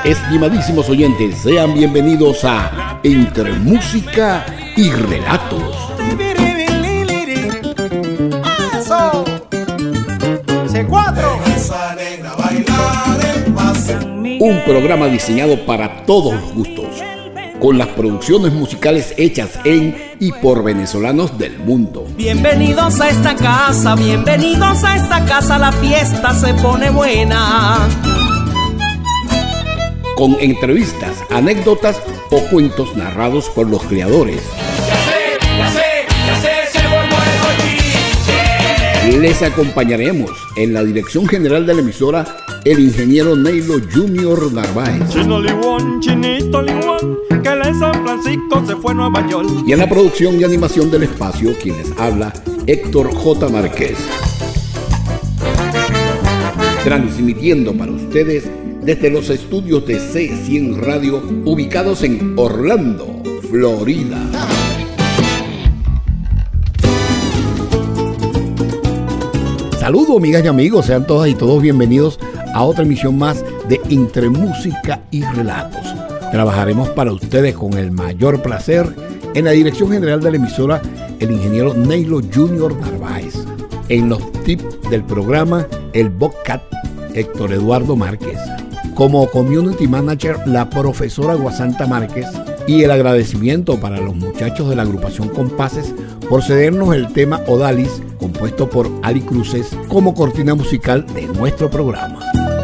Estimadísimos oyentes, sean bienvenidos a Entre Música y Relatos. ¡Eso! C4. Un programa diseñado para todos los gustos, con las producciones musicales hechas en y por venezolanos del mundo. Bienvenidos a esta casa, la fiesta se pone buena. Con entrevistas, anécdotas o cuentos narrados por los creadores. Ya sé, se formó el bochinche. Les acompañaremos en la dirección general de la emisora, el ingeniero Neilo Junior Narváez. Chinito Liwon, que él en San Francisco se fue a Nueva York. Y en la producción y animación del espacio, quien les habla, Héctor J. Márquez. Transmitiendo para ustedes desde los estudios de C100 Radio, ubicados en Orlando, Florida. Saludos, amigas y amigos, sean todas y todos bienvenidos a otra emisión más de Entre Música y Relatos. Trabajaremos para ustedes con el mayor placer. En la dirección general de la emisora, el ingeniero Neilo Junior Narváez. En los tips del programa, el Bobcat Héctor Eduardo Márquez. Como Community Manager, la profesora Guasanta Márquez. Y el agradecimiento para los muchachos de la agrupación Compases por cedernos el tema Odalis, compuesto por Ali Cruces, como cortina musical de nuestro programa.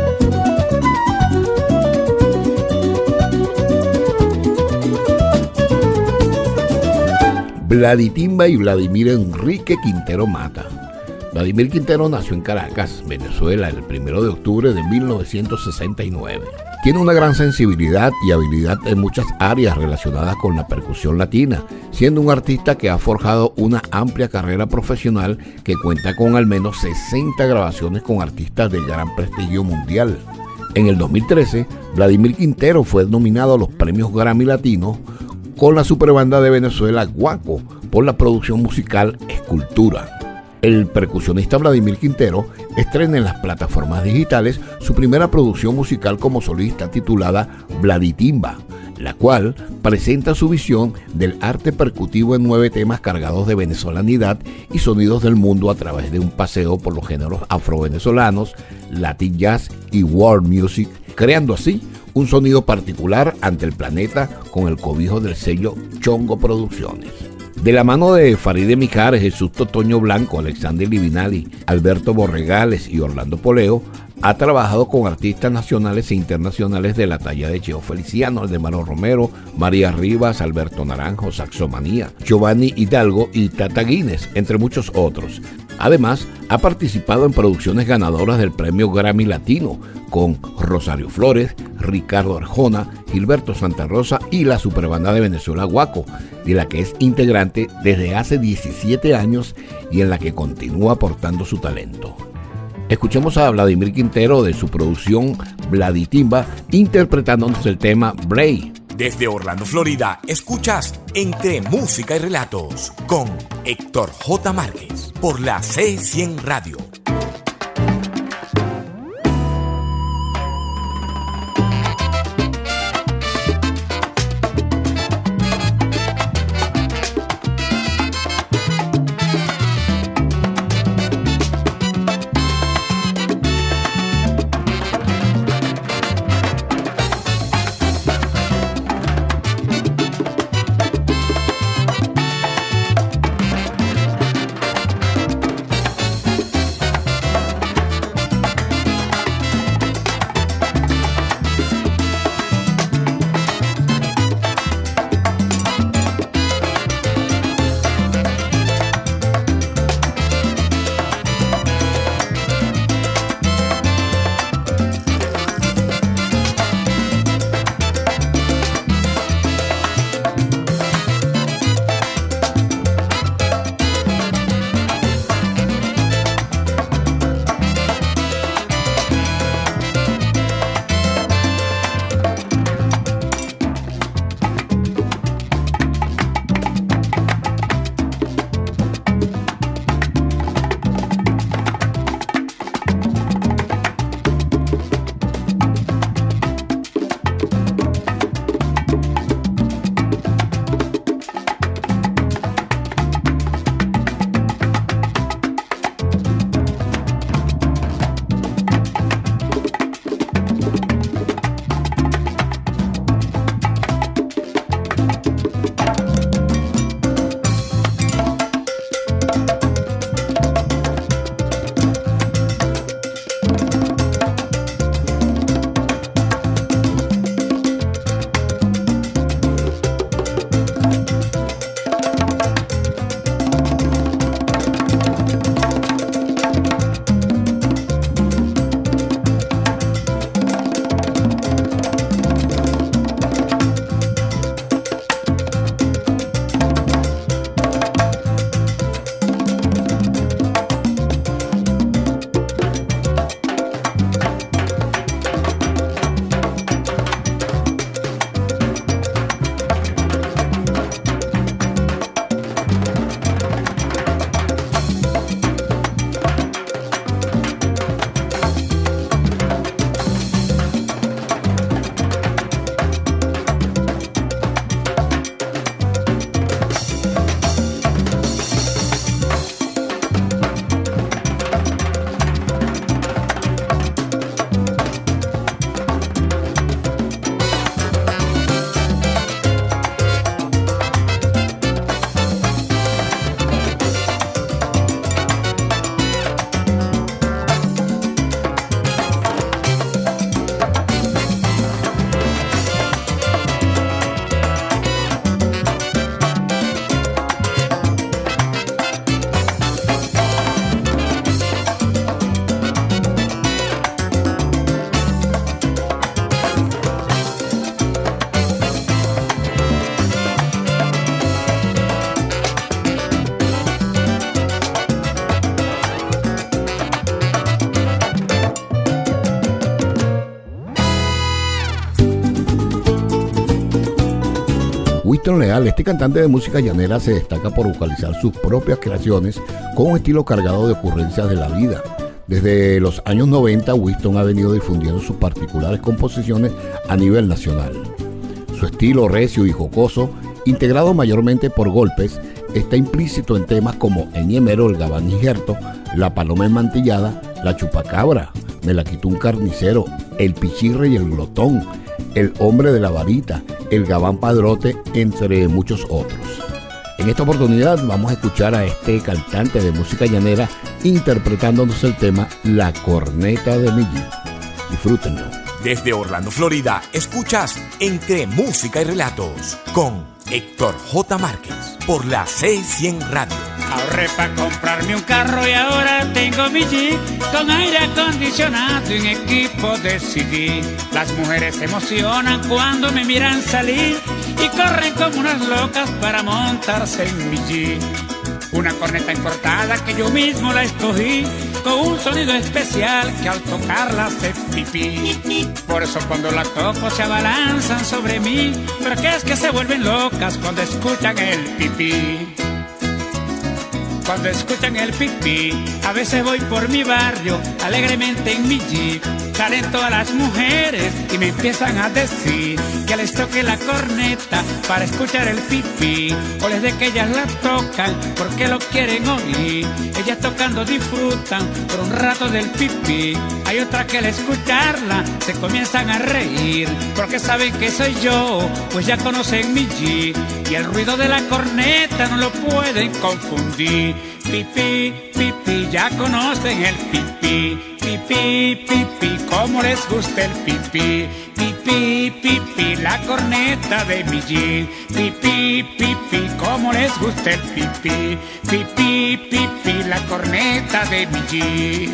Vladitimba y Vladimir Enrique Quintero Mata. Vladimir Quintero nació en Caracas, Venezuela, el 1 de octubre de 1969. Tiene una gran sensibilidad y habilidad en muchas áreas relacionadas con la percusión latina, siendo un artista que ha forjado una amplia carrera profesional que cuenta con al menos 60 grabaciones con artistas de gran prestigio mundial. En el 2013, Vladimir Quintero fue nominado a los premios Grammy Latinos con la superbanda de Venezuela Guaco por la producción musical Escultura. El percusionista Vladimir Quintero estrena en las plataformas digitales su primera producción musical como solista titulada Vladitimba, la cual presenta su visión del arte percutivo en 9 temas cargados de venezolanidad y sonidos del mundo a través de un paseo por los géneros afrovenezolanos, Latin Jazz y World Music, creando así un sonido particular ante el planeta con el cobijo del sello Chongo Producciones. De la mano de Farideh Mijares, Jesús Totoño Blanco, Alexander Livinali, Alberto Borregales y Orlando Poleo, ha trabajado con artistas nacionales e internacionales de la talla de Cheo Feliciano, Aldemaro Romero, María Rivas, Alberto Naranjo, Saxomanía, Giovanni Hidalgo y Tata Guinness, entre muchos otros. Además, ha participado en producciones ganadoras del premio Grammy Latino con Rosario Flores, Ricardo Arjona, Gilberto Santa Rosa y la superbanda de Venezuela Guaco, de la que es integrante desde hace 17 años y en la que continúa aportando su talento. Escuchemos a Vladimir Quintero de su producción Vladitimba interpretándonos el tema Bray. Desde Orlando, Florida, escuchas Entre Música y Relatos con Héctor J. Márquez por la C100 Radio. Winston Leal, este cantante de música llanera, se destaca por vocalizar sus propias creaciones con un estilo cargado de ocurrencias de la vida. Desde los años 90, Winston ha venido difundiendo sus particulares composiciones a nivel nacional. Su estilo recio y jocoso, integrado mayormente por golpes, está implícito en temas como El Ñemero, El Gabán Injerto, La Paloma Enmantillada, La Chupacabra, Me la quitó un carnicero, El Pichirre y el Glotón, El Hombre de la Varita, El Gabán Padrote, entre muchos otros. En esta oportunidad vamos a escuchar a este cantante de música llanera interpretándonos el tema La Corneta de Millín. Disfrútenlo. Desde Orlando, Florida, escuchas Entre Música y Relatos con Héctor J. Márquez por la C100 Radio. Ahorré para comprarme un carro y ahora tengo mi Jeep con aire acondicionado y un equipo de CD. Las mujeres se emocionan cuando me miran salir y corren como unas locas para montarse en mi Jeep. Una corneta importada que yo mismo la escogí, con un sonido especial que al tocarla hace pipí. Por eso cuando la toco se abalanzan sobre mí, pero que es que se vuelven locas cuando escuchan el pipí. Cuando escuchan el pipí, a veces voy por mi barrio alegremente en mi Jeep. Salen todas las mujeres y me empiezan a decir que les toque la corneta para escuchar el pipí, o les de que ellas la tocan porque lo quieren oír. Ellas tocando disfrutan por un rato del pipí. Hay otras que al escucharla se comienzan a reír porque saben que soy yo, pues ya conocen mi Jeep y el ruido de la corneta no lo pueden confundir. Pipí, pipí, ya conocen el pipí. Pipí, pipí, cómo les gusta el pipí. Pipí, pipí, la corneta de mi Jeep. Pipí, pipí, cómo les gusta el pipí. Pipí, pipí, la corneta de mi Jeep.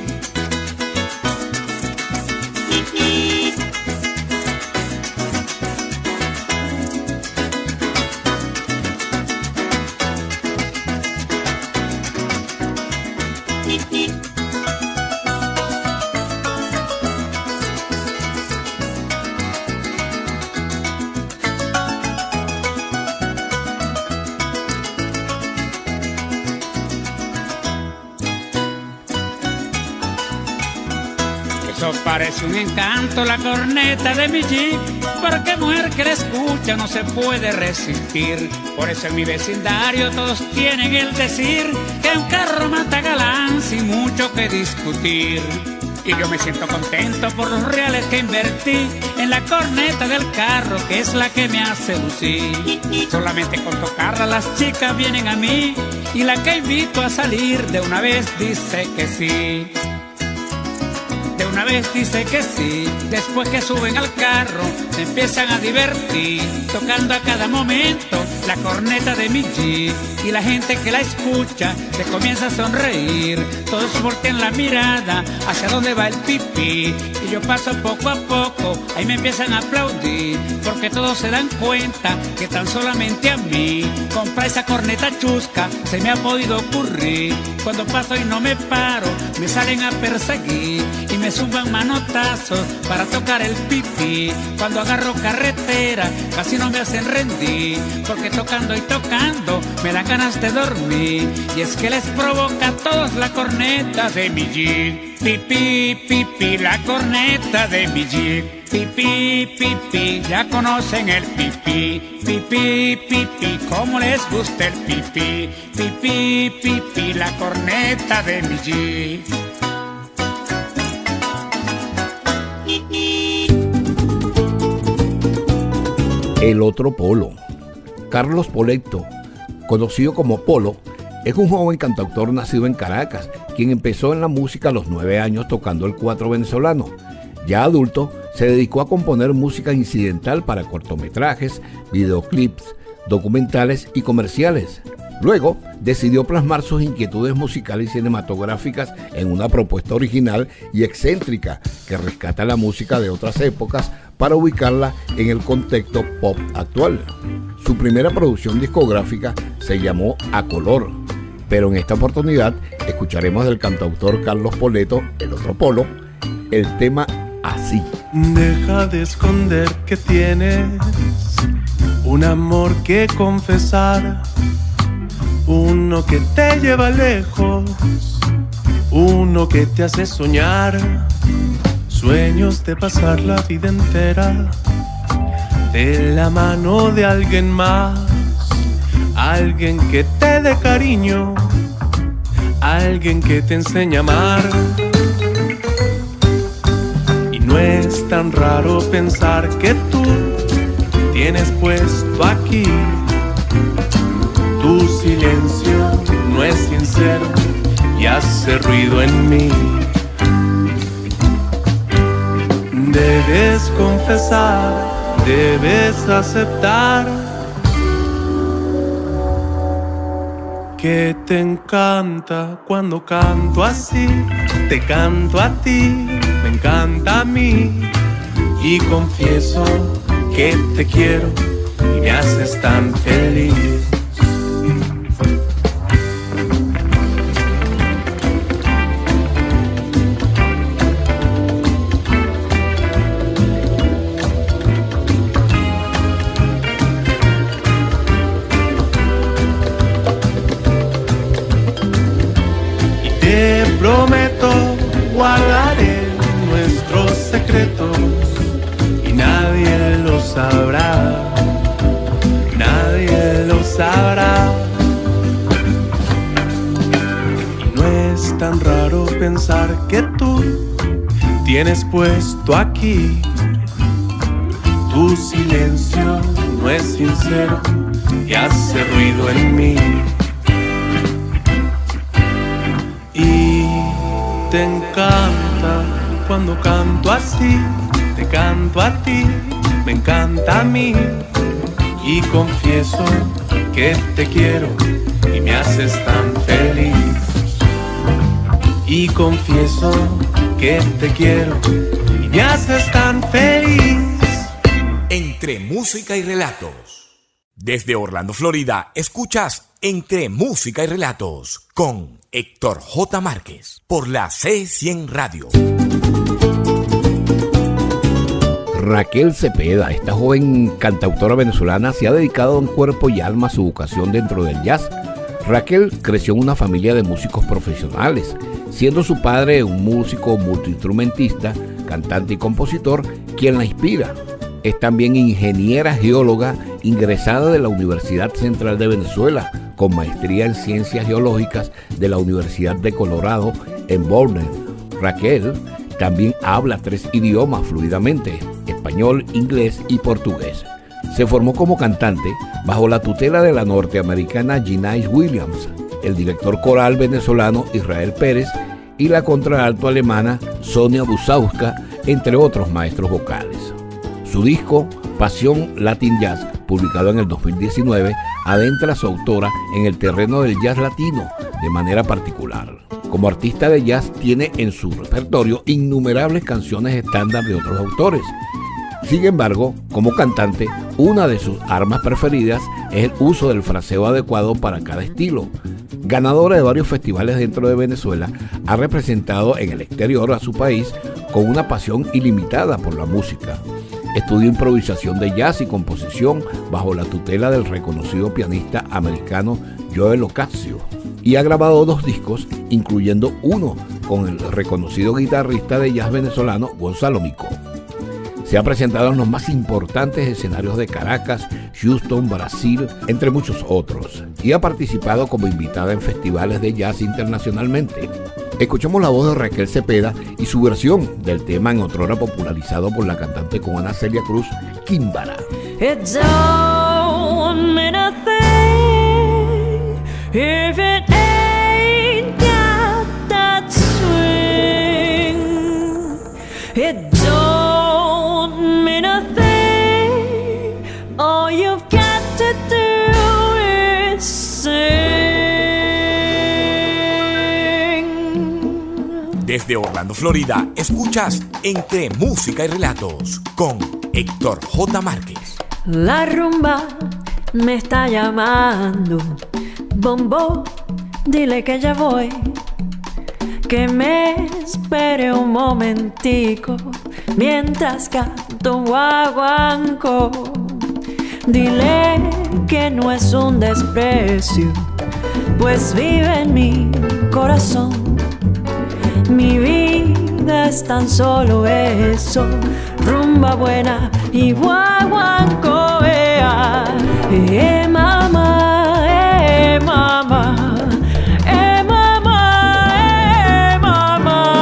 Parece un encanto la corneta de mi Jeep, porque mujer que la escucha no se puede resistir. Por eso en mi vecindario todos tienen el decir que un carro mata galán sin mucho que discutir. Y yo me siento contento por los reales que invertí en la corneta del carro, que es la que me hace lucir. Solamente con tocarla las chicas vienen a mí, y la que invito a salir de una vez dice que sí. De una vez dice que sí, después que suben al carro se empiezan a divertir, tocando a cada momento la corneta de mi Jeep. Y la gente que la escucha se comienza a sonreír, todos voltean la mirada hacia donde va el pipí. Y yo paso poco a poco, ahí me empiezan a aplaudir, porque todos se dan cuenta que tan solamente a mí comprar esa corneta chusca se me ha podido ocurrir. Cuando paso y no me paro, me salen a perseguir y me suban manotazos para tocar el pipí. Cuando agarro carretera casi no me hacen rendir, porque tocando y tocando me dan ganas de dormir. Y es que les provoca a todos la corneta de mi Jeep. Pipí, pipí, la corneta de mi Jeep. Pipí, pipí, ya conocen el pipí. Pipí, pipí, cómo les gusta el pipí. Pipí, pipí, la corneta de mi Jeep. El otro Polo. Carlos Poletto, conocido como Polo, es un joven cantautor nacido en Caracas, quien empezó en la música a los 9 años tocando el cuatro venezolano. Ya adulto, se dedicó a componer música incidental para cortometrajes, videoclips, documentales y comerciales. Luego, decidió plasmar sus inquietudes musicales y cinematográficas en una propuesta original y excéntrica que rescata la música de otras épocas para ubicarla en el contexto pop actual. Su primera producción discográfica se llamó A Color, pero en esta oportunidad escucharemos del cantautor Carlos Poletto, el otro Polo, el tema Así. Deja de esconder que tienes un amor que confesar, uno que te lleva lejos, uno que te hace soñar, sueños de pasar la vida entera de la mano de alguien más, alguien que te dé cariño, alguien que te enseñe a amar. Y no es tan raro pensar que tú tienes puesto aquí tu silencio, no es sincero y hace ruido en mí. Debes confesar, debes aceptar que te encanta cuando canto así. Te canto a ti, me encanta a mí, y confieso que te quiero y me haces tan feliz. Prometo, guardaré nuestros secretos y nadie lo sabrá, nadie lo sabrá. Y no es tan raro pensar que tú tienes puesto aquí tu silencio, no es sincero y hace ruido en mí. Te encanta cuando canto así, te canto a ti, me encanta a mí, y confieso que te quiero y me haces tan feliz. Y confieso que te quiero y me haces tan feliz. Entre música y relatos. Desde Orlando, Florida, escuchas Entre música y relatos con Héctor J. Márquez por la C100 Radio. Raquel Cepeda, esta joven cantautora venezolana, se ha dedicado en cuerpo y alma a su vocación dentro del jazz. Raquel creció en una familia de músicos profesionales, siendo su padre un músico multiinstrumentista, cantante y compositor, quien la inspira. Es también ingeniera geóloga ingresada de la Universidad Central de Venezuela, con maestría en Ciencias Geológicas de la Universidad de Colorado en Boulder. Raquel también habla 3 idiomas fluidamente: español, inglés y portugués. Se formó como cantante bajo la tutela de la norteamericana Ginais Williams, el director coral venezolano Israel Pérez y la contralto alemana Sonia Busauska, entre otros maestros vocales. Su disco Pasión Latin Jazz, publicado en el 2019, adentra a su autora en el terreno del jazz latino de manera particular. Como artista de jazz tiene en su repertorio innumerables canciones estándar de otros autores. Sin embargo, como cantante, una de sus armas preferidas es el uso del fraseo adecuado para cada estilo. Ganadora de varios festivales dentro de Venezuela, ha representado en el exterior a su país con una pasión ilimitada por la música. Estudió improvisación de jazz y composición bajo la tutela del reconocido pianista americano Joe Ocasio, y ha grabado 2 discos, incluyendo uno con el reconocido guitarrista de jazz venezolano Gonzalo Micó. Se ha presentado en los más importantes escenarios de Caracas, Houston, Brasil, entre muchos otros, y ha participado como invitada en festivales de jazz internacionalmente. Escuchemos la voz de Raquel Cepeda y su versión del tema en otrora popularizado por la cantante cubana Celia Cruz, Quimbara. It don't mean a thing if it ain't got that swing. It don't mean a thing. All you've got to do is sing. Desde Orlando, Florida, escuchas Entre música y relatos con Héctor J. Márquez. La rumba me está llamando. Bombo, dile que ya voy. Que me espere un momentico mientras canto un guaguancó. Dile que no es un desprecio, pues vive en mi corazón. Mi vida es tan solo eso, rumba buena y guaguancoea. Mamá, mamá, mamá, mamá.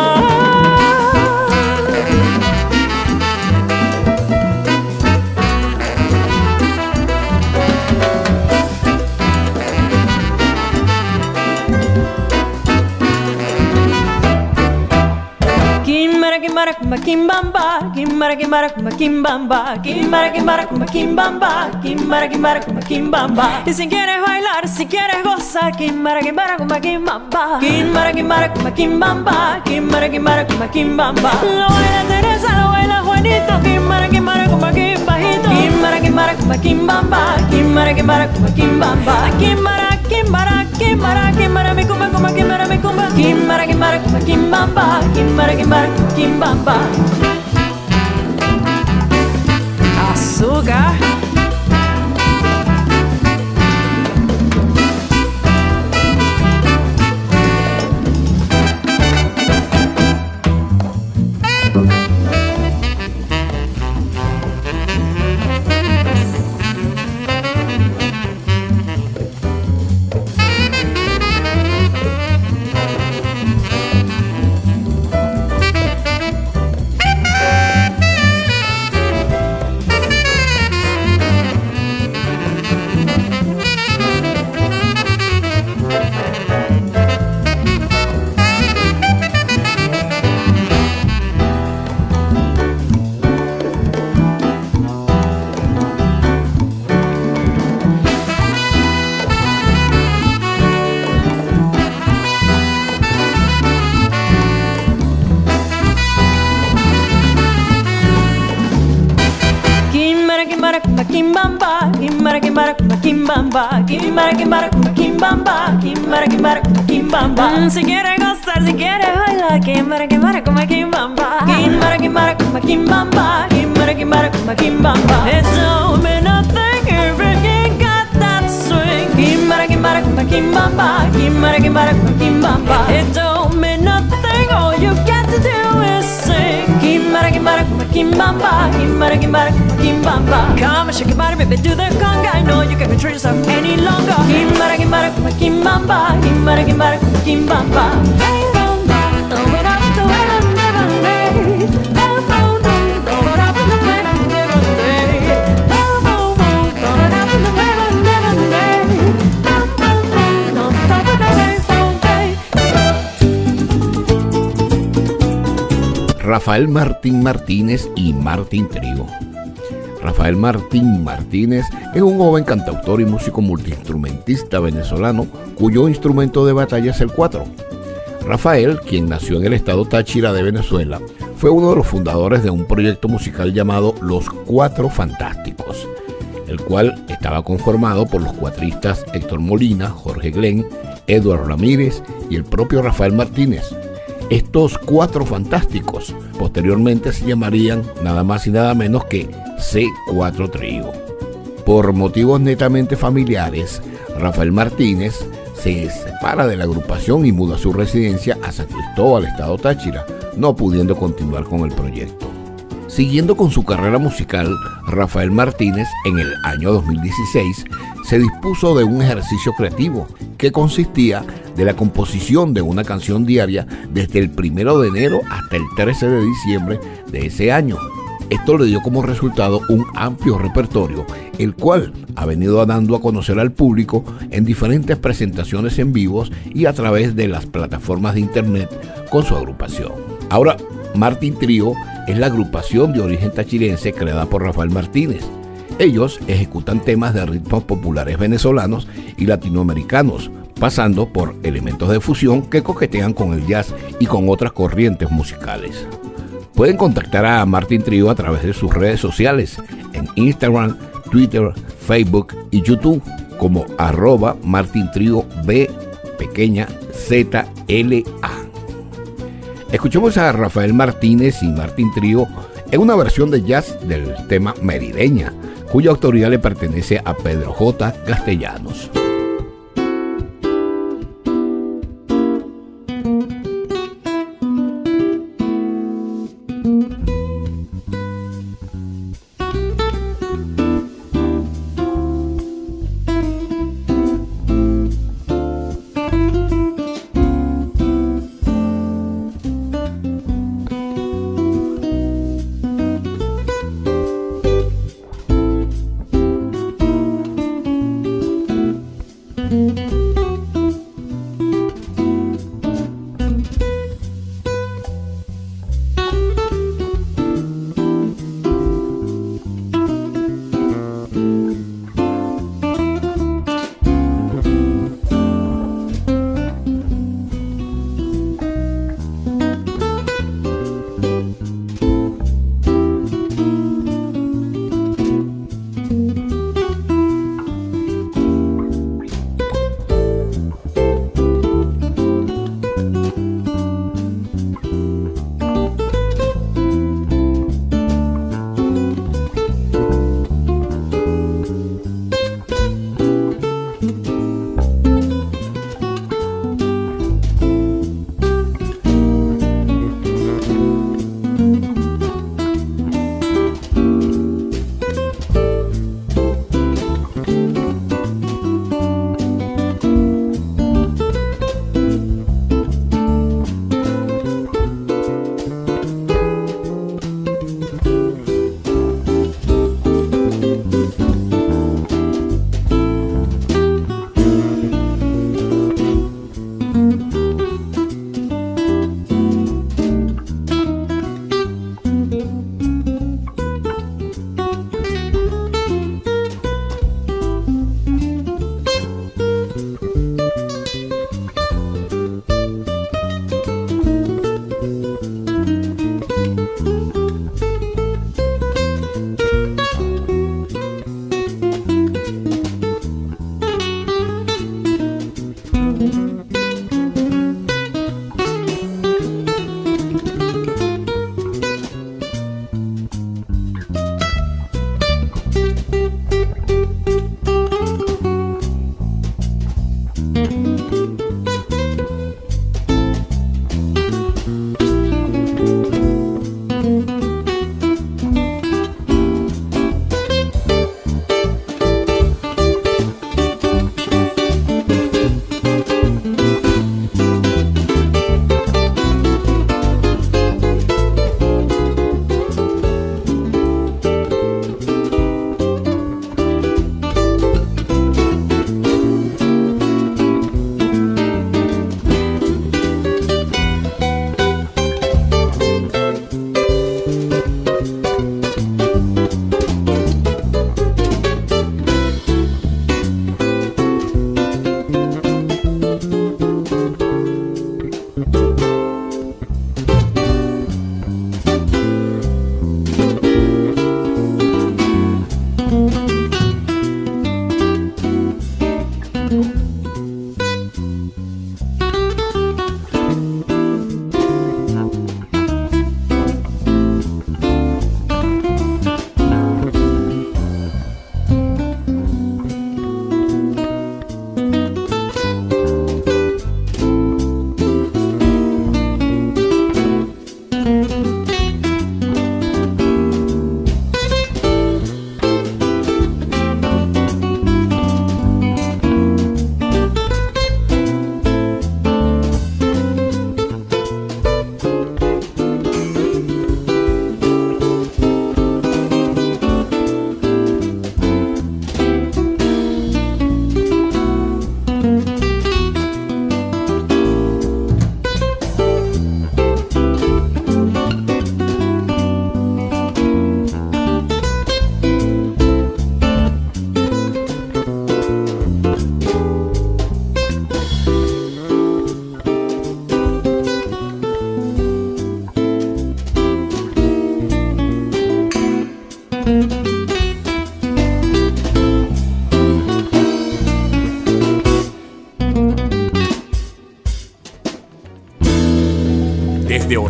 Kimbara kumba kimbamba, kimbara kimbara kumba kimbamba, kimbara kimbara kumba kimbamba, kimbara kimbara kumba kimbamba. Y si quieres bailar, si quieres gozar, kimbara kimbara kumba kimbamba, kimbara kimbara kumba kimbamba, kimbara kimbara kumba kimbamba. Lo baila Teresa, lo baila Juanito, kimbara kimbara kumba kimbajito, kimbara kimbara kumba kimbamba, kimbara kimbara kumba kimbamba, kimbara kimbara kimbara kimbara mi kumba kumba kimbara mi kumba, kimbara kimbara kumba kimbamba, kimbara kimbara kumba kimbamba. Azúcar. Kimbamba, kimbara kimbara kumba kimbamba, kimbara kimbara kumba kimbamba, kimbara kimbara kumba kimbamba. Si quieres gozar, si quieres bailar, kimbara kimbara kumba kimbamba, kimbara kimbara kumba kimbamba, kimbara kimbara kumba kimbamba. It don't mean nothing if you got that swing. Kimbara kimbara kumba kimbamba, kimbara kimbara kumba kimbamba. It don't mean nothing, all you got to do is sing. Kimbara kimbara kumba kimbamba, kimbara kimbara kumba kimbamba. Come and shake your body, baby, do the conga. I know you can't control yourself any longer. Kimbara kimbara kumba kimbamba, kimbara kimbara kumba kimbamba. Hey, don't throw it up, throw it up, never lay. Oh, oh, don't throw it up, throw it up, never lay. Oh, oh, oh, throw it up, throw it up, never lay. Oh, oh, oh, don't throw it away, Rafael Martín Martínez y Martín Trío. Rafael Martín Martínez es un joven cantautor y músico multiinstrumentista venezolano cuyo instrumento de batalla es el cuatro. Rafael, quien nació en el estado Táchira de Venezuela, fue uno de los fundadores de un proyecto musical llamado Los Cuatro Fantásticos, el cual estaba conformado por los cuatristas Héctor Molina, Jorge Glenn, Eduardo Ramírez y el propio Rafael Martínez. Estos Cuatro Fantásticos posteriormente se llamarían nada más y nada menos que C4 Trío. Por motivos netamente familiares, Rafael Martínez se separa de la agrupación y muda su residencia a San Cristóbal, estado Táchira, no pudiendo continuar con el proyecto. Siguiendo con su carrera musical, Rafael Martínez en el año 2016 se dispuso de un ejercicio creativo que consistía de la composición de una canción diaria desde el 1 de enero hasta el 13 de diciembre de ese año. Esto le dio como resultado un amplio repertorio, el cual ha venido dando a conocer al público en diferentes presentaciones en vivos y a través de las plataformas de internet con su agrupación. Ahora, Martín Trío es la agrupación de origen tachirense creada por Rafael Martínez. Ellos ejecutan temas de ritmos populares venezolanos y latinoamericanos, pasando por elementos de fusión que coquetean con el jazz y con otras corrientes musicales. Pueden contactar a Martín Trío a través de sus redes sociales en Instagram, Twitter, Facebook y YouTube como @MartinTrioB_ZLA. Escuchemos a Rafael Martínez y Martín Trío en una versión de jazz del tema Merideña, cuya autoría le pertenece a Pedro J. Castellanos.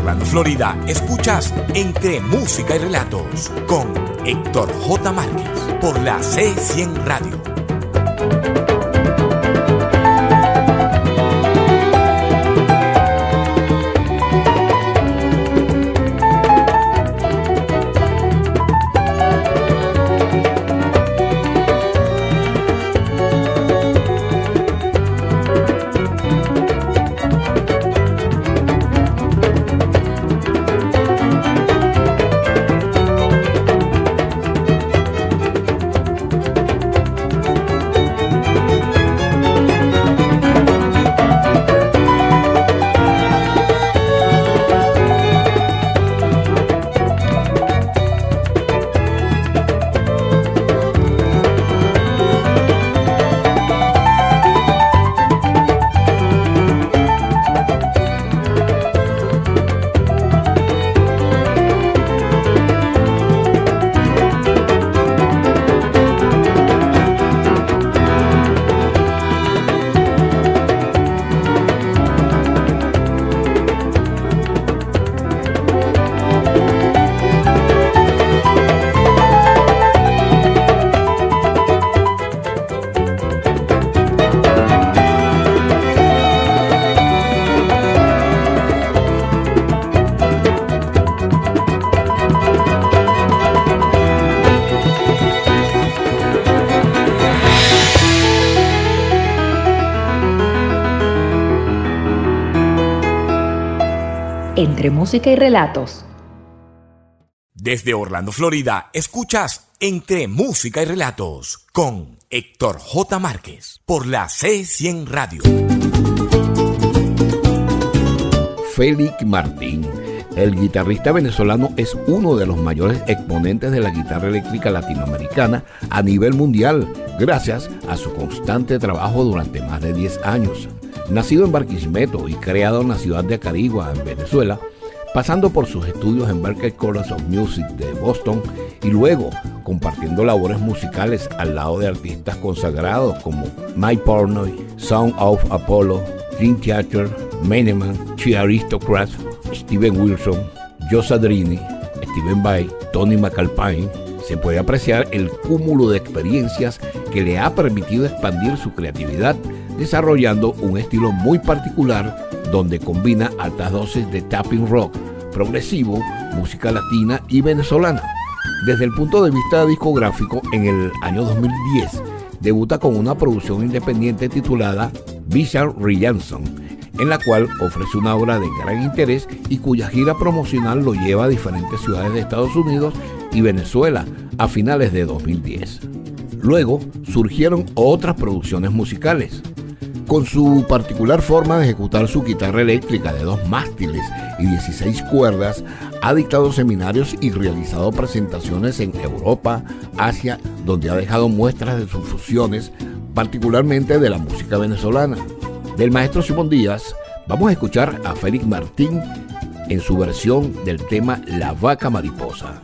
Orlando, Florida, escuchas Entre Música y Relatos con Héctor J. Márquez por la C100 Radio. Entre música y relatos. Desde Orlando, Florida, escuchas Entre Música y Relatos con Héctor J. Márquez por la C100 Radio. Félix Martín, el guitarrista venezolano, es uno de los mayores exponentes de la guitarra eléctrica latinoamericana a nivel mundial, gracias a su constante trabajo durante más de 10 años. Nacido en Barquisimeto y creado en la ciudad de Acarigua, en Venezuela, pasando por sus estudios en Berklee College of Music de Boston y luego compartiendo labores musicales al lado de artistas consagrados como Mike Portnoy, Son of Apollo, Dream Theater, Meneman, Chi Aristocrat, Steven Wilson, Joe Sadrini, Stephen Vai, Tony McAlpine, se puede apreciar el cúmulo de experiencias que le ha permitido expandir su creatividad, desarrollando un estilo muy particular donde combina altas dosis de tapping rock, progresivo, música latina y venezolana. Desde el punto de vista discográfico, en el año 2010 debuta con una producción independiente titulada Bizarre Rejanson, en la cual ofrece una obra de gran interés y cuya gira promocional lo lleva a diferentes ciudades de Estados Unidos y Venezuela a finales de 2010. Luego surgieron otras producciones musicales. Con su particular forma de ejecutar su guitarra eléctrica de 2 mástiles y 16 cuerdas, ha dictado seminarios y realizado presentaciones en Europa, Asia, donde ha dejado muestras de sus fusiones, particularmente de la música venezolana. Del maestro Simón Díaz, vamos a escuchar a Félix Martín en su versión del tema La Vaca Mariposa.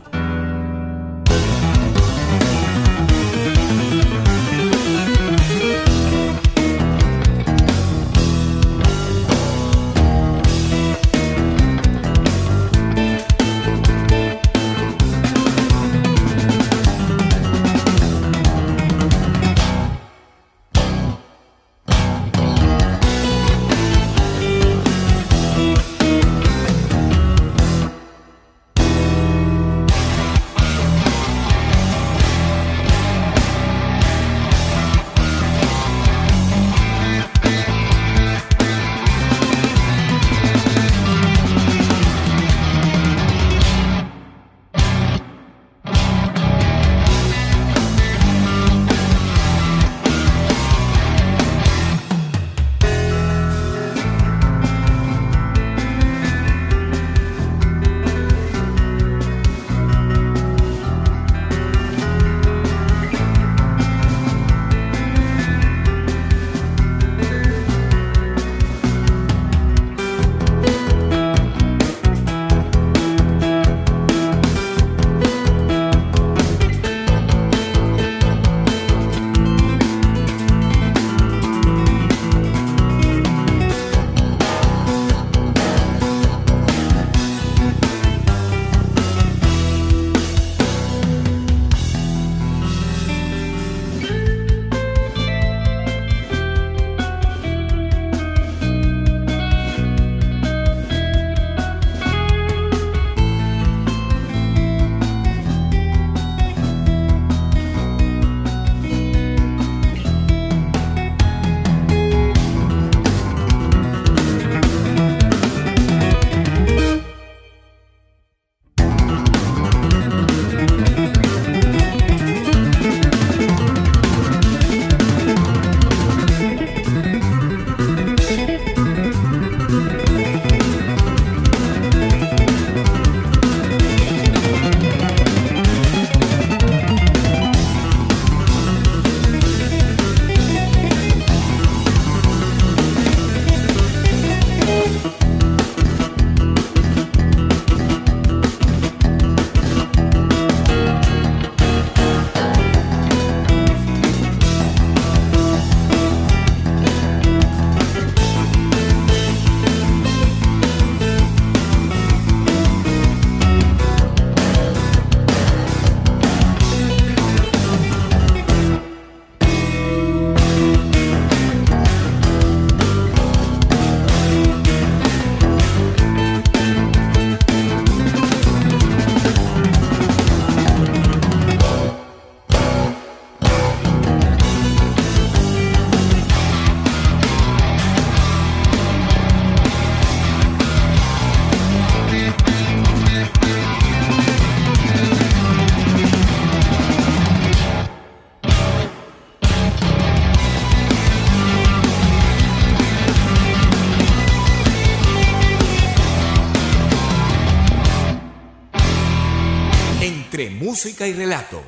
entre música y relatos.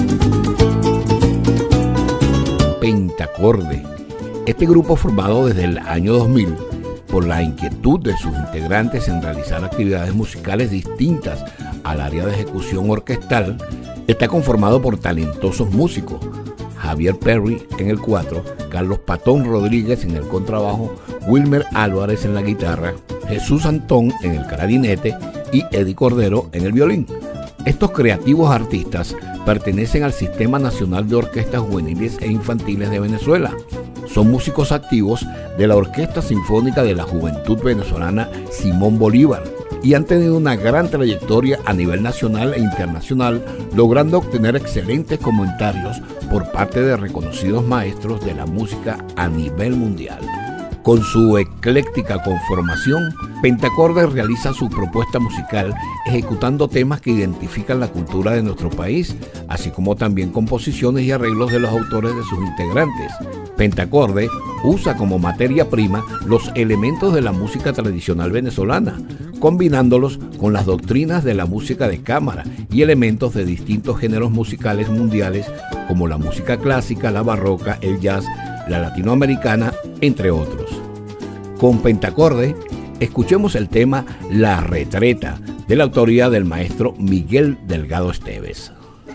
Pentacorde. Este grupo, formado desde el año 2000 por la inquietud de sus integrantes en realizar actividades musicales distintas al área de ejecución orquestal, está conformado por talentosos músicos: Javier Perry en el 4, Carlos Patón Rodríguez en el contrabajo, Wilmer Álvarez en la guitarra, Jesús Antón en el clarinete y Eddie Cordero en el violín. Estos creativos artistas pertenecen al Sistema Nacional de Orquestas Juveniles e Infantiles de Venezuela. Son músicos activos de la Orquesta Sinfónica de la Juventud Venezolana Simón Bolívar y han tenido una gran trayectoria a nivel nacional e internacional, logrando obtener excelentes comentarios por parte de reconocidos maestros de la música a nivel mundial. Con su ecléctica conformación, Pentacorde realiza su propuesta musical ejecutando temas que identifican la cultura de nuestro país, así como también composiciones y arreglos de los autores de sus integrantes. Pentacorde usa como materia prima los elementos de la música tradicional venezolana, combinándolos con las doctrinas de la música de cámara y elementos de distintos géneros musicales mundiales como la música clásica, la barroca, el jazz, la latinoamericana, entre otros. Con Pentacorde, escuchemos el tema La Retreta, de la autoría del maestro Miguel Delgado Esteves.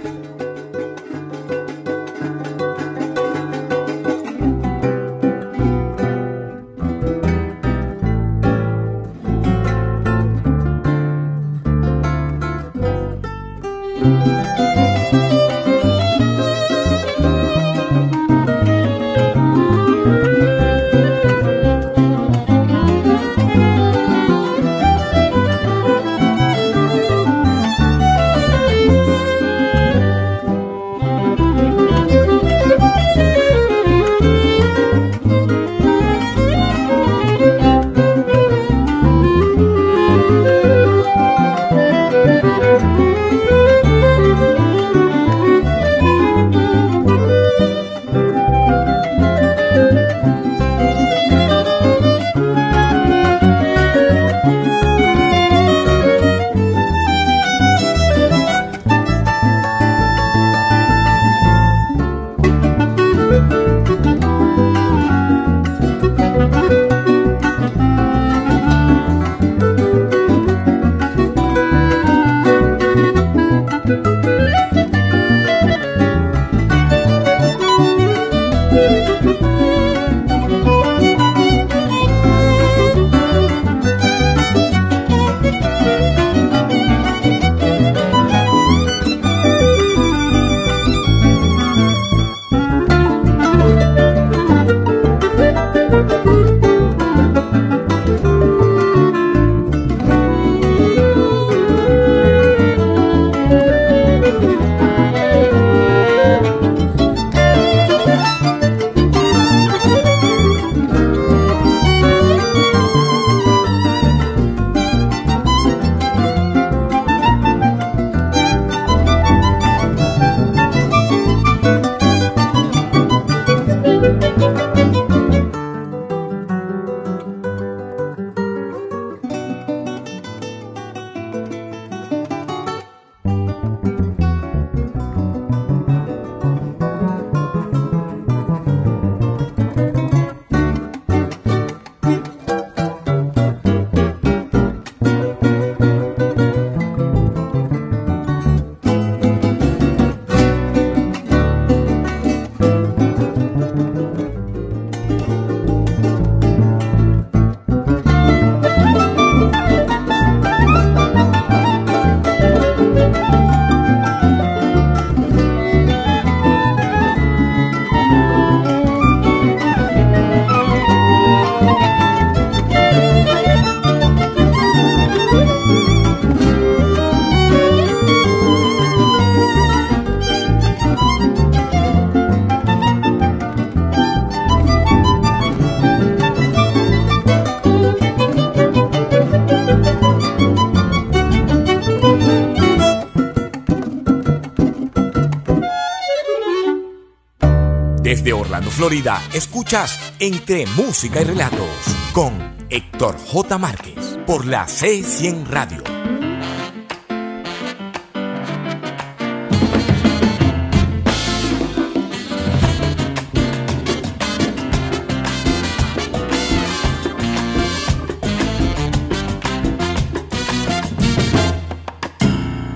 Desde Orlando, Florida, escuchas Entre Música y Relatos con Héctor J. Márquez por la C100 Radio.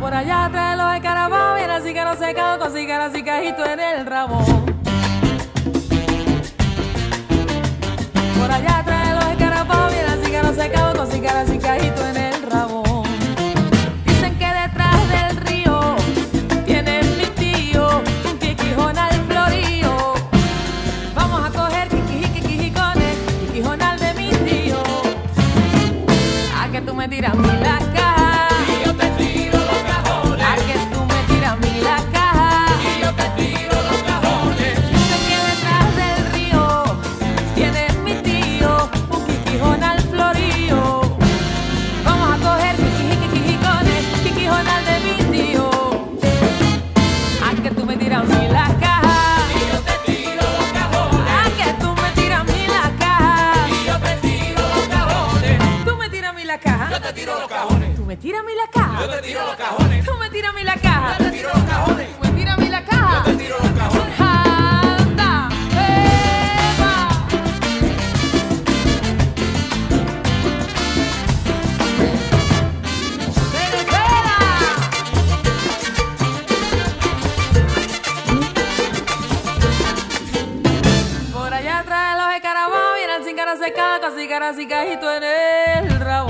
Por allá atrás de los escarabajos viene el cícaro secado con cícara y cajito en el rabo. Por allá atrás de los escarabajos viene el cícaro secado con cícara y cajito en el rabo. Dicen que detrás del río tiene mi tío un quiquijonal florío. Vamos a coger quiquijicones, quiquijonal de mi tío. A que tú me tiras mi la caja y yo te tiro los cajones. A que tú me tiras mi la caja y yo te tiro los cajones. Dicen que detrás del río tiene mi tío un quiquijonal florío. Vamos a coger quiquijicones, quiquijonal de mi tío. A que tú me tiras mi la caja y yo te tiro los cajones. A que tú me tiras mi la caja y yo te tiro los cajones. Tú me tiras mi la caja, yo te tiro los cajones. Tú me tiras mi la caja, yo te tiro los cajones. Tú me tiras mi la caja, yo te tiro los cajones. Tú me tiras mi la caja, yo te tiro los cajones. Anda, Eva. Venezuela. Por allá atrás de los escarabajos viene el cícara secado con cícara y cajito en el rabo.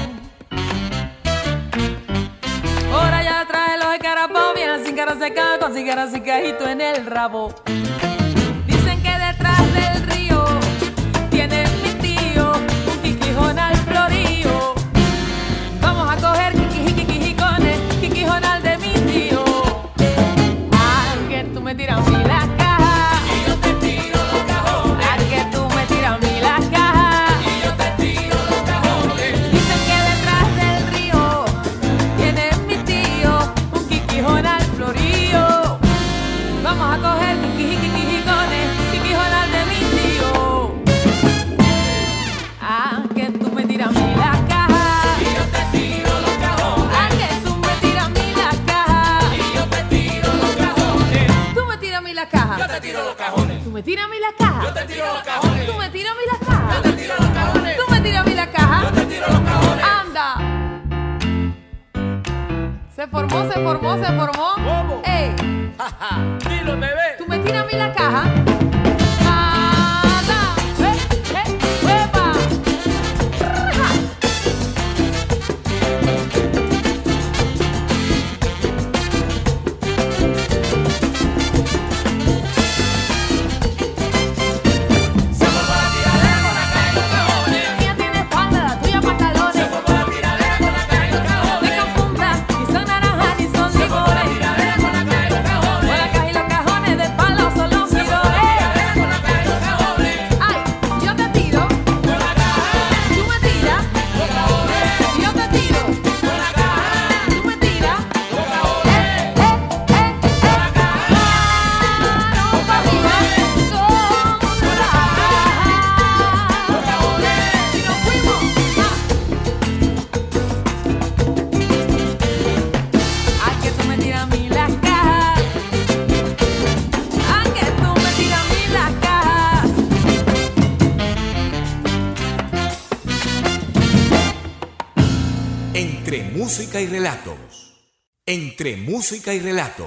Por allá atrás de los escarabajos viene el cícara secado con cícara y cajito en el rabo. Dicen que detrás del río tiene mi tío un quiquijonal florío. Vamos a coger quiquijicones, quiquijonal de mi tío. A que tú me tiras mi la caja y yo te tiro los cajones. A que tú me tiras mi la caja y yo te tiro los cajones. Dicen que detrás del río tiene mi tío un quiquijonal florío. Vamos a coger quiquijicones, quiquijonal de mi tío. A que tú me tiras mi la caja y yo te tiro los cajones. A que tú me tiras mi la caja y yo te tiro los cajones. Tú me tiras mi la caja, yo te tiro los cajones. Tú me tiras mi la caja, yo te tiro los cajones. Tú me tiras mi la caja, yo te tiro los cajones. Tú me tiras mi la caja, yo te tiro los cajones. Anda. Se formó, se formó, se formó. ¿Cómo? Ey. Dilo, bebé. Tú me tiras mi la caja. Anda. Huepa. Ella tiene falda, la tuya pantalones. No te confundas, ni son naranjas ni son limones. Con la caja y los cajones de palo son los girones. Ay, yo te tiro. Tú me tiras. Yo te tiro. Tú me tiras. No, familia, son si nos fuimos. A que tú me tiras mi las cajas. A que tú me tiras mi las cajas. Entre música y relatos. Entre música y relatos.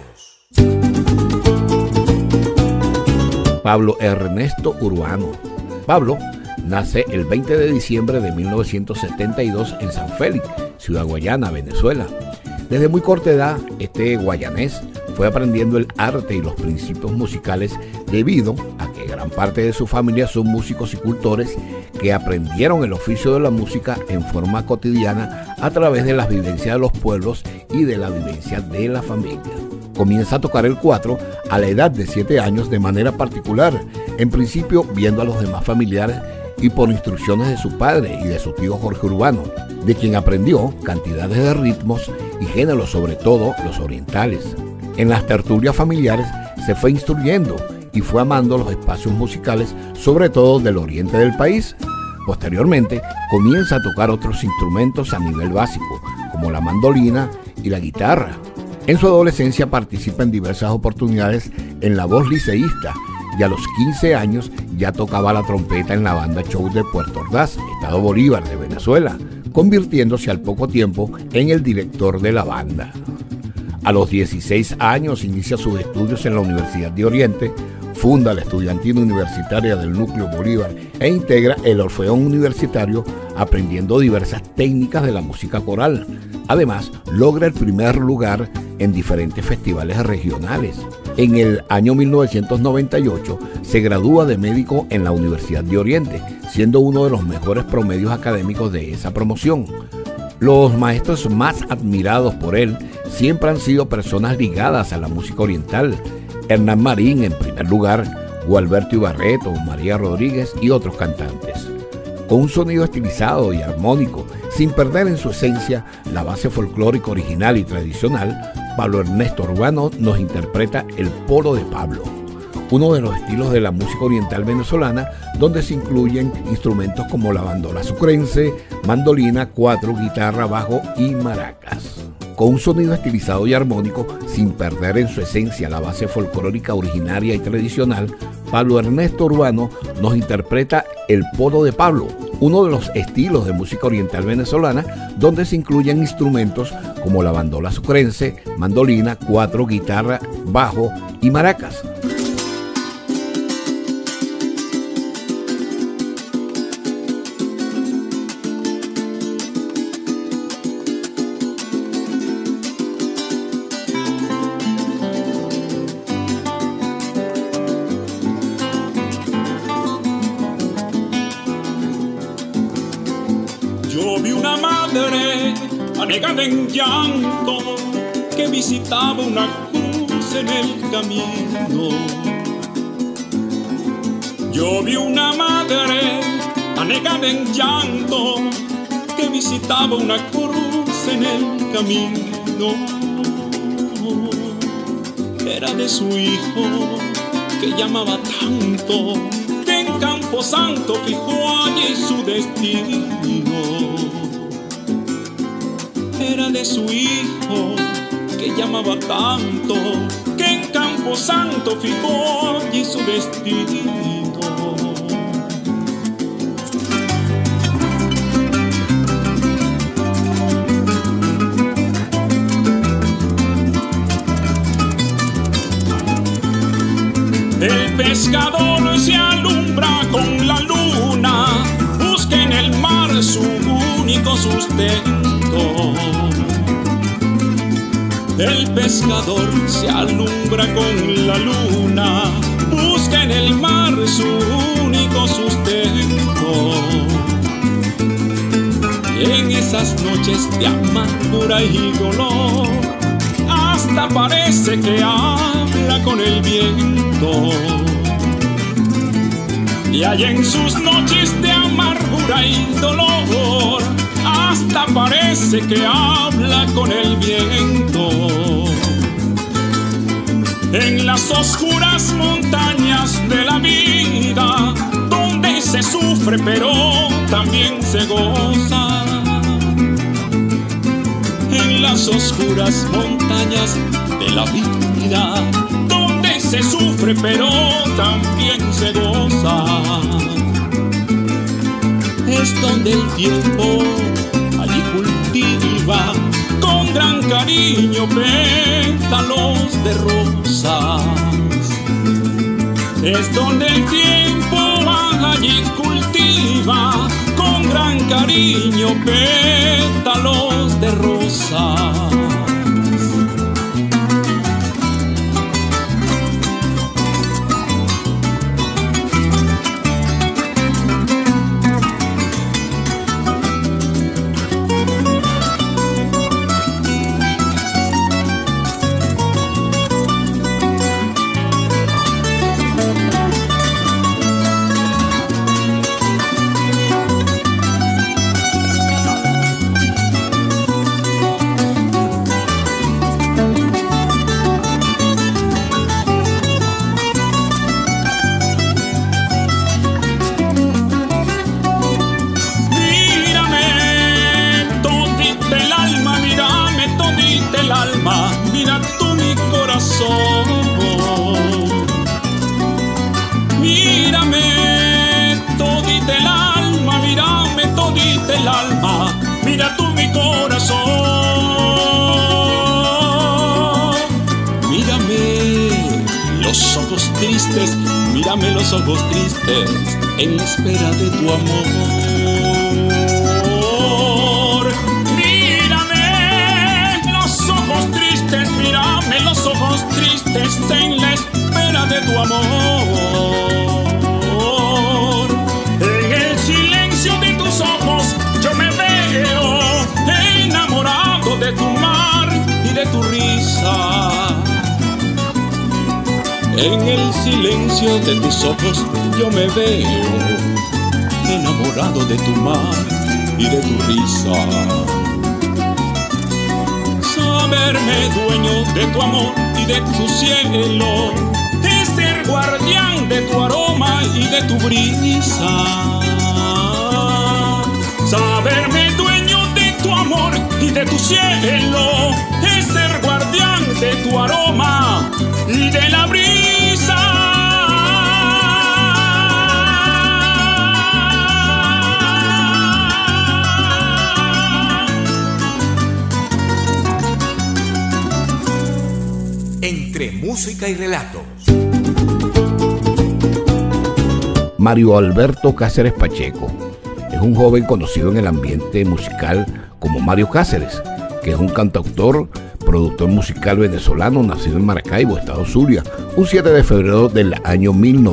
Pablo Ernesto Urbano. Pablo nace el 20 de diciembre de 1972 en San Félix, Ciudad Guayana, Venezuela. Desde muy corta edad, este guayanés fue aprendiendo el arte y los principios musicales debido a que gran parte de su familia son músicos y cultores que aprendieron el oficio de la música en forma cotidiana a través de las vivencias de los pueblos y de la vivencia de la familia. Comienza a tocar el cuatro a la edad de 7 años de manera particular, en principio viendo a los demás familiares y por instrucciones de su padre y de su tío Jorge Urbano, de quien aprendió cantidades de ritmos y géneros, sobre todo los orientales. En las tertulias familiares se fue instruyendo y fue amando los espacios musicales, sobre todo del oriente del país. Posteriormente comienza a tocar otros instrumentos a nivel básico, como la mandolina y la guitarra. En su adolescencia participa en diversas oportunidades en La Voz Liceísta y a los 15 años ya tocaba la trompeta en la banda Show de Puerto Ordaz, Estado Bolívar de Venezuela, convirtiéndose al poco tiempo en el director de la banda. A los 16 años inicia sus estudios en la Universidad de Oriente, funda la Estudiantina Universitaria del Núcleo Bolívar e integra el Orfeón Universitario, aprendiendo diversas técnicas de la música coral. Además, logra el primer lugar en diferentes festivales regionales. En el año 1998 se gradúa de médico en la Universidad de Oriente, siendo uno de los mejores promedios académicos de esa promoción. Los maestros más admirados por él siempre han sido personas ligadas a la música oriental. Hernán Marín en primer lugar, Gualberto Ibarreto, María Rodríguez y otros cantantes. Con un sonido estilizado y armónico, sin perder en su esencia la base folclórica original y tradicional, Pablo Ernesto Urbano nos interpreta El Polo de Pablo, uno de los estilos de la música oriental venezolana, donde se incluyen instrumentos como la bandola sucrense, mandolina, cuatro, guitarra, bajo y maracas. Con un sonido estilizado y armónico, sin perder en su esencia la base folclórica originaria y tradicional, Pablo Ernesto Urbano nos interpreta El Polo de Pablo, uno de los estilos de música oriental venezolana, donde se incluyen instrumentos como la bandola sucrense, mandolina, cuatro, guitarra, bajo y maracas. Anegada en llanto, que visitaba una cruz en el camino. Yo vi una madre anegada en llanto, que visitaba una cruz en el camino. Era de su hijo, que llamaba tanto, que en Camposanto fijó allí su destino. Era de su hijo, que llamaba tanto, que en Camposanto fijó allí su destino. El pescador se alumbra con la luna, busca en el mar su único sustento. El pescador se alumbra con la luna, busca en el mar su único sustento. Y en esas noches de amargura y dolor, hasta parece que habla con el viento. Y allá en sus noches de amargura y dolor, hasta parece que habla con el viento. En las oscuras montañas de la vida, donde se sufre pero también se goza. En las oscuras montañas de la vida, donde se sufre pero también se goza. Es donde el tiempo allí cultiva con gran cariño pétalos de rosas. Es donde el tiempo allí cultiva con gran cariño pétalos de rosas. mírame los ojos tristes en espera de tu amor. Mírame los ojos tristes en la espera de tu amor. En el silencio de tus ojos yo me veo enamorado de tu mar y de tu risa. En el silencio de tus ojos yo me veo enamorado de tu mar y de tu risa. Saberme dueño de tu amor y de tu cielo, es ser guardián de tu aroma y de tu brisa. Saberme dueño de tu amor y de tu cielo, es ser guardián de tu aroma y de la brisa. Entre música y relatos. Mario Alberto Cáceres Pacheco es un joven conocido en el ambiente musical como Mario Cáceres, que es un cantautor, productor musical venezolano nacido en Maracaibo, estado Zulia, un 7 de febrero del año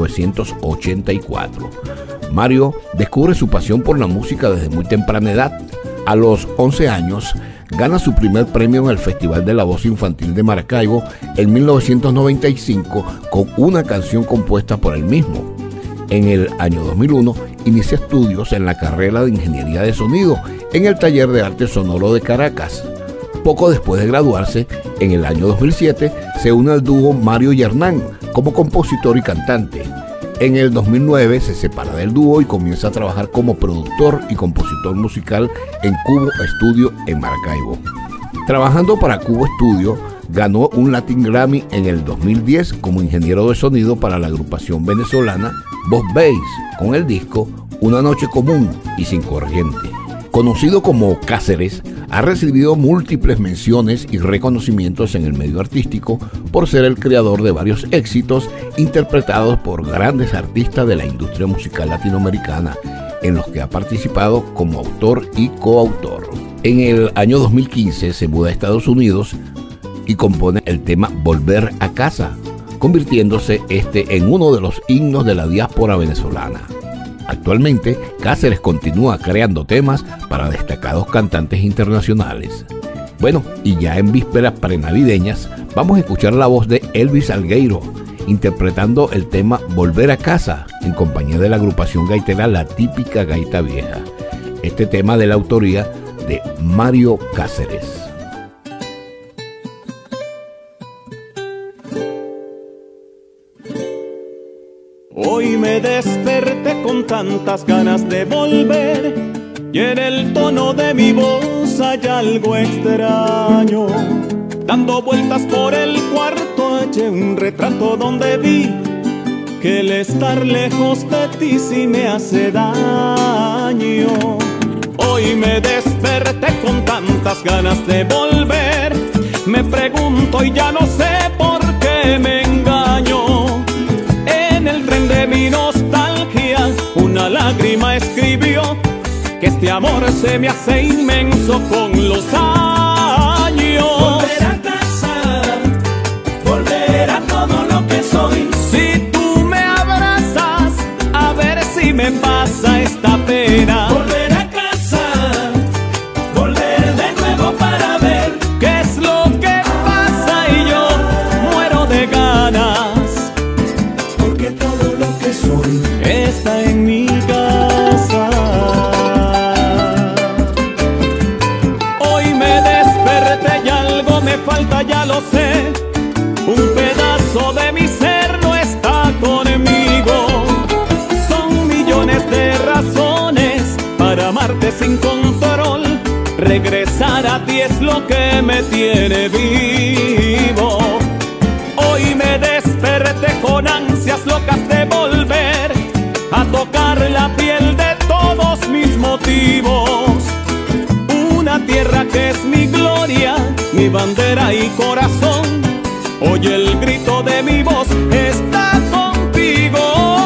1984. Mario descubre su pasión por la música desde muy temprana edad. A los 11 años gana su primer premio en el Festival de la Voz Infantil de Maracaibo en 1995 con una canción compuesta por él mismo. En el año 2001 inicia estudios en la carrera de Ingeniería de Sonido en el Taller de Arte Sonoro de Caracas. Poco después de graduarse, en el año 2007, se une al dúo Mario y Hernán como compositor y cantante. En el 2009 se separa del dúo y comienza a trabajar como productor y compositor musical en Cubo Studio en Maracaibo. Trabajando para Cubo Studio, ganó un Latin Grammy en el 2010 como ingeniero de sonido para la agrupación venezolana Voz Bass con el disco Una Noche Común y Sin Corriente. Conocido como Cáceres, ha recibido múltiples menciones y reconocimientos en el medio artístico por ser el creador de varios éxitos interpretados por grandes artistas de la industria musical latinoamericana, en los que ha participado como autor y coautor. En el año 2015 se muda a Estados Unidos y compone el tema Volver a Casa, convirtiéndose en uno de los himnos de la diáspora venezolana. Actualmente, Cáceres continúa creando temas para destacados cantantes internacionales. Bueno, y ya en vísperas prenavideñas, vamos a escuchar la voz de Elvis Algueiro, interpretando el tema Volver a Casa, en compañía de la agrupación gaitera La Típica Gaita Vieja. Este tema de la autoría de Mario Cáceres. Hoy me desperté con tantas ganas de volver y en el tono de mi voz hay algo extraño. Dando vueltas por el cuarto hallé un retrato donde vi que el estar lejos de ti sí me hace daño. Hoy me desperté con tantas ganas de volver, me pregunto y ya no sé por qué me engaño. En el tren de mi nostalgia una lágrima escribió que este amor se me hace inmenso con los años. Volver a casa, volver a todo lo que soy. Si tú me abrazas, a ver si me pasa esta pena. Volver a casa, volver de nuevo para ver qué es lo que pasa y yo muero de ganas, porque todo lo que soy está en mi casa. Hoy me desperté y algo me falta, ya lo sé. Un pedazo de mi ser no está conmigo. Son millones de razones para amarte sin control. Regresar a ti es lo que me tiene vivo. Hoy me desperté con ansias locas de volver a tocar la piel de todos mis motivos. Una tierra que es mi gloria, mi bandera y corazón. Oye el grito de mi voz, está contigo.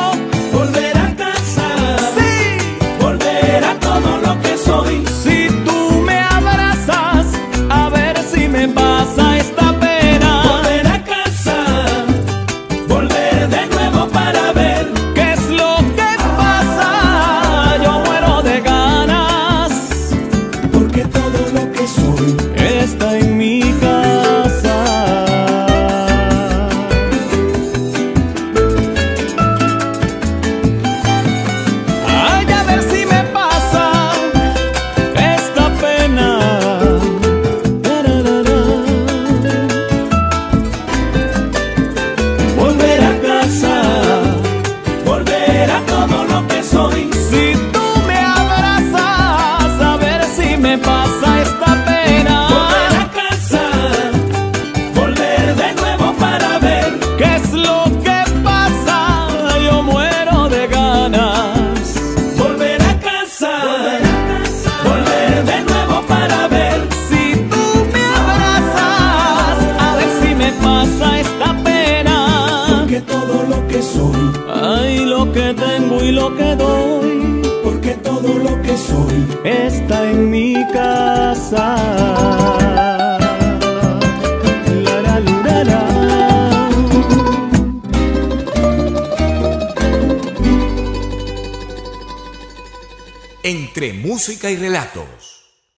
pasa esta pena. Porque todo lo que soy, ay, lo que tengo y lo que doy, porque todo lo que soy está en mi casa. Entre música y relatos.